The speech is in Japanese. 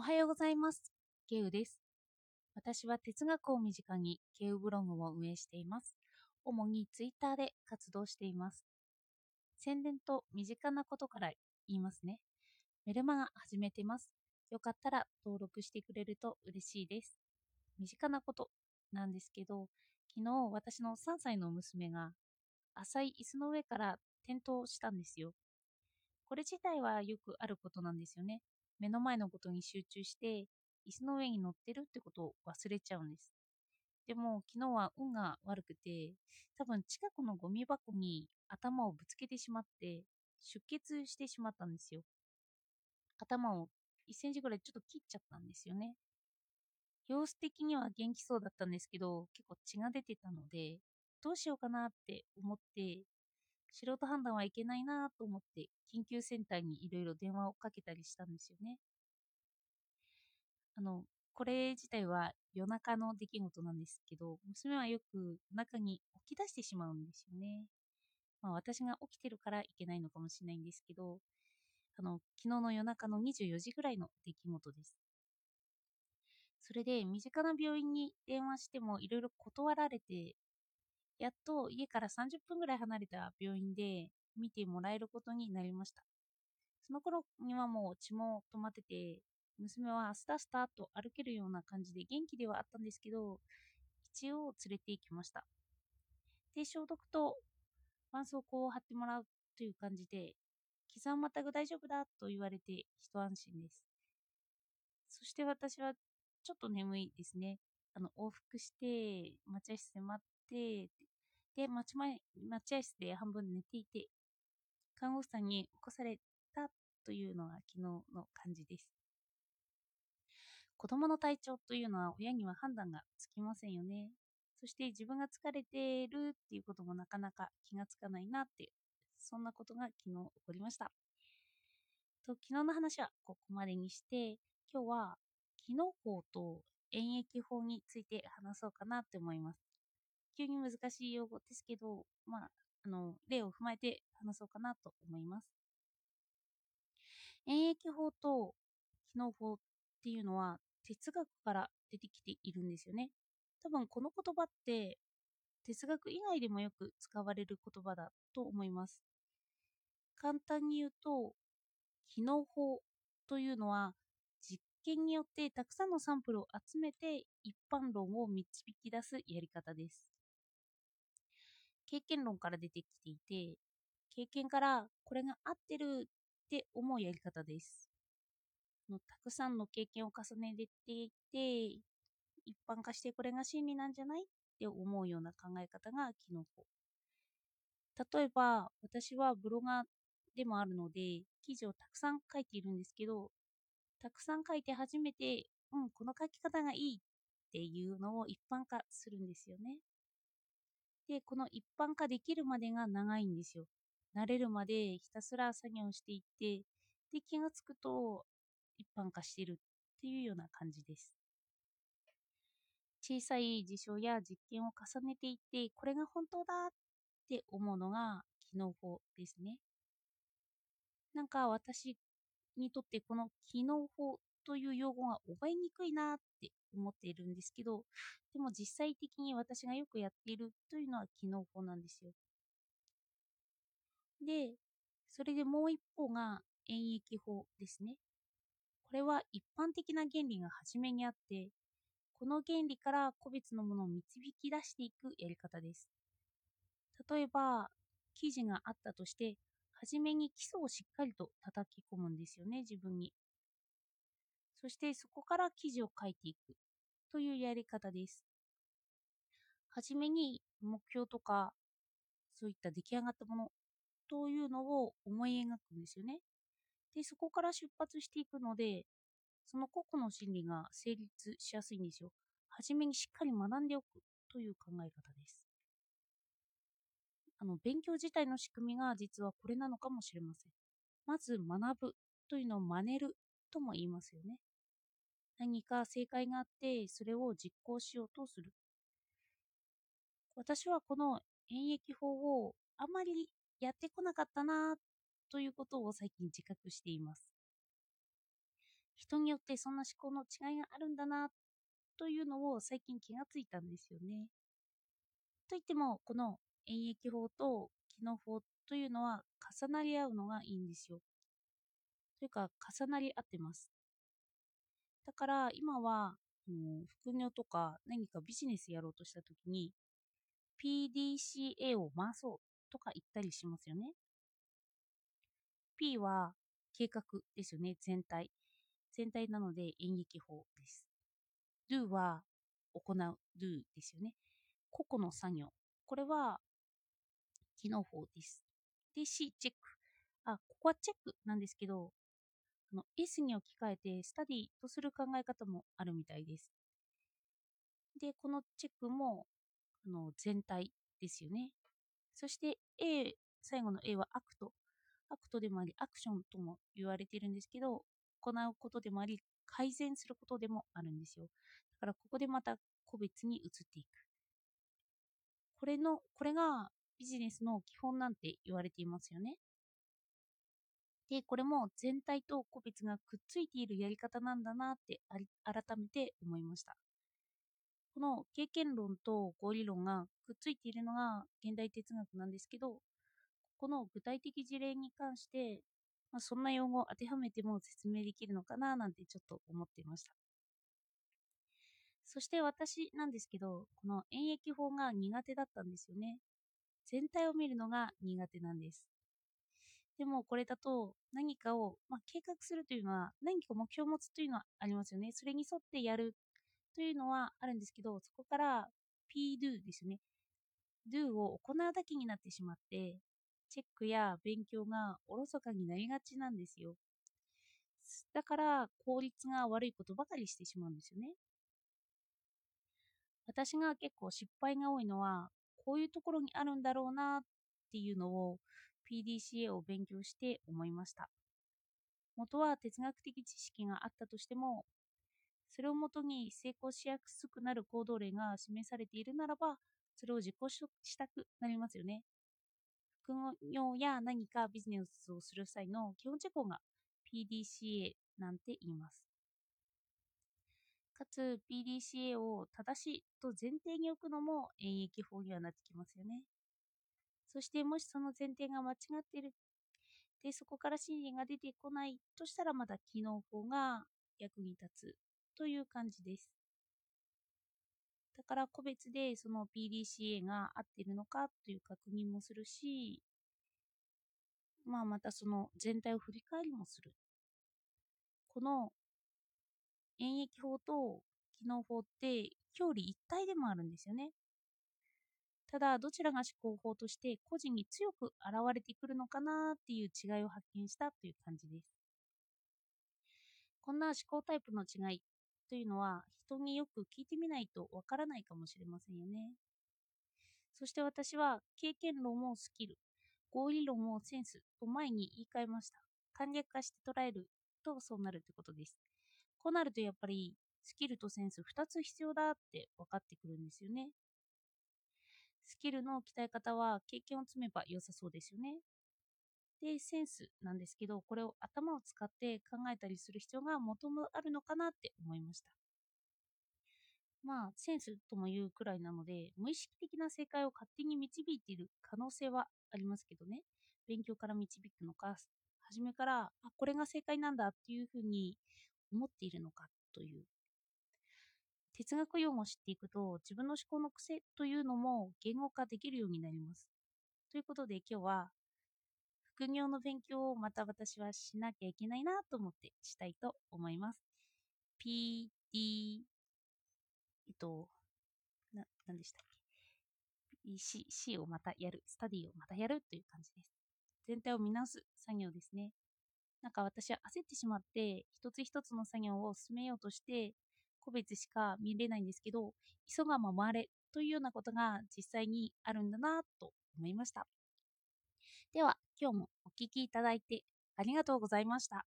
はようございます。ケウです。私は哲学を身近にケウブログを運営しています。主にツイッターで活動しています。宣伝と身近なことから言いますね。メルマガ始めてます。よかったら登録してくれると嬉しいです。身近なことなんですけど、昨日私の3歳の娘が浅い椅子の上から転倒したんですよ。これ自体はよくあることなんですよね。目の前のことに集中して、椅子の上に乗ってるってことを忘れちゃうんです。でも、昨日は運が悪くて、多分近くのゴミ箱に頭をぶつけてしまって、出血してしまったんですよ。頭を1センチぐらいちょっと切っちゃったんですよね。様子的には元気そうだったんですけど、結構血が出てたので、どうしようかなって思って、素人判断はいけないなと思って、緊急センターにいろいろ電話をかけたりしたんですよね。あの、これ自体は夜中の出来事なんですけど、娘はよく夜中に起き出してしまうんですよね。まあ私が起きてるからいけないのかもしれないんですけど、昨日の夜中の24時ぐらいの出来事です。それで身近な病院に電話してもいろいろ断られて、やっと家から30分ぐらい離れた病院で見てもらえることになりました。その頃にはもう血も止まってて、娘はスタスタと歩けるような感じで元気ではあったんですけど、一応連れて行きました。で、消毒と絆創膏を貼ってもらうという感じで、傷は全く大丈夫だと言われて一安心です。そして私はちょっと眠いですね。往復して、待合室で待って、で、待合室で半分寝ていて、看護婦さんに起こされたというのが昨日の感じです。子供の体調というのは親には判断がつきませんよね。そして自分が疲れてるっていうこともなかなか気がつかないなって、そんなことが昨日起こりました。昨日の話はここまでにして、今日は機能法と演疫法について話そうかなって思います。急に難しい用語ですけど、例を踏まえて話そうかなと思います。演疫法と機能法っていうのは哲学から出てきているんですよね。多分この言葉って哲学以外でもよく使われる言葉だと思います。簡単に言うと、機能法というのは実験によってたくさんのサンプルを集めて一般論を導き出すやり方です。経験論から出てきていて、経験からこれが合ってるって思うやり方です。たくさんの経験を重ねていって一般化してこれが真理なんじゃないって思うような考え方が機能法。例えば私はブロガーでもあるので記事をたくさん書いているんですけど、たくさん書いて初めてこの書き方がいいっていうのを一般化するんですよね。でこの一般化できるまでが長いんですよ。慣れるまでひたすら作業していってで気がつくと一般化しているっていうような感じです。小さい事象や実験を重ねていってこれが本当だって思うのが機能法ですね。なんか私にとってこの機能法という用語が覚えにくいなって思っているんですけど、でも実際的に私がよくやっているというのは機能法なんですよ。で、それでもう一方が演疫法ですね。これは一般的な原理が初めにあって、この原理から個別のものを導き出していくやり方です。例えば、記事があったとして、初めに基礎をしっかりと叩き込むんですよね、自分に。そしてそこから記事を書いていくというやり方です。はじめに目標とかそういった出来上がったものというのを思い描くんですよね。で、そこから出発していくので、その個々の心理が成立しやすいんですよ。はじめにしっかり学んでおくという考え方です。勉強自体の仕組みが実はこれなのかもしれません。まず学ぶというのを真似るとも言いますよね。何か正解があってそれを実行しようとする。私はこの演疫法をあまりやってこなかったなということを最近自覚しています。 人によってそんな思考の違いがあるんだなというのを最近気がついたんですよね。といっても、この演疫法と機能法というのは重なり合うのがいいんですよ。というか、重なり合ってます。だから今は、副業とか何かビジネスやろうとしたときに、PDCA を回そうとか言ったりしますよね。P は計画ですよね、全体。全体なので演劇法です。Do は行う Do ですよね。個々の作業。これは機能法です。で、C、チェック。ここはチェックなんですけど、S に置き換えてスタディとする考え方もあるみたいです。で、このチェックも全体ですよね。そして A、最後の A はアクト。アクトでもあり、アクションとも言われているんですけど、行うことでもあり、改善することでもあるんですよ。だからここでまた個別に移っていく。これがビジネスの基本なんて言われていますよね。で、これも全体と個別がくっついているやり方なんだなって改めて思いました。この経験論と合理論がくっついているのが現代哲学なんですけど、この具体的事例に関して、そんな用語を当てはめても説明できるのかななんてちょっと思っていました。そして私なんですけど、この演疫法が苦手だったんですよね。全体を見るのが苦手なんです。でもこれだと何かを、計画するというのは何か目標を持つというのはありますよね。それに沿ってやるというのはあるんですけど、そこから PDO ですよね。Do を行うだけになってしまって、チェックや勉強がおろそかになりがちなんですよ。だから効率が悪いことばかりしてしまうんですよね。私が結構失敗が多いのは、こういうところにあるんだろうなっていうのを PDCA を勉強して思いました。元は哲学的知識があったとしても、それをもとに成功しやすくなる行動例が示されているならば、それを実行したくなりますよね。副業や何かビジネスをする際の基本事項が PDCA なんて言います。かつ PDCA を正しいと前提に置くのも演疫法にはなってきますよね。そしてもしその前提が間違っているでそこから真理が出てこないとしたらまた機能法が役に立つという感じです。だから個別でその PDCA が合っているのかという確認もするし、またその全体を振り返りもする。この演疫法と機能法って表裏一体でもあるんですよね。ただどちらが思考法として個人に強く現れてくるのかなっていう違いを発見したという感じです。こんな思考タイプの違いというのは人によく聞いてみないとわからないかもしれませんよね。そして私は経験論をスキル、合理論をセンスと前に言い換えました。簡略化して捉えるとそうなるってことです。こうなるとやっぱりスキルとセンス2つ必要だって分かってくるんですよね。スキルの鍛え方は経験を積めば良さそうですよね。で、センスなんですけど、これを頭を使って考えたりする必要が求めあるのかなって思いました。センスとも言うくらいなので、無意識的な正解を勝手に導いている可能性はありますけどね。勉強から導くのか、初めから、これが正解なんだっていうふうに思っているのかという。哲学用語を知っていくと、自分の思考の癖というのも言語化できるようになります。ということで今日は、副業の勉強をまた私はしなきゃいけないなと思ってしたいと思います。PD、何でしたっけ C をまたやる、スタディをまたやるという感じです。全体を見直す作業ですね。なんか私は焦ってしまって、一つ一つの作業を進めようとして、個別しか見れないんですけど、急がば回れというようなことが実際にあるんだなと思いました。では、今日もお聞きいただいてありがとうございました。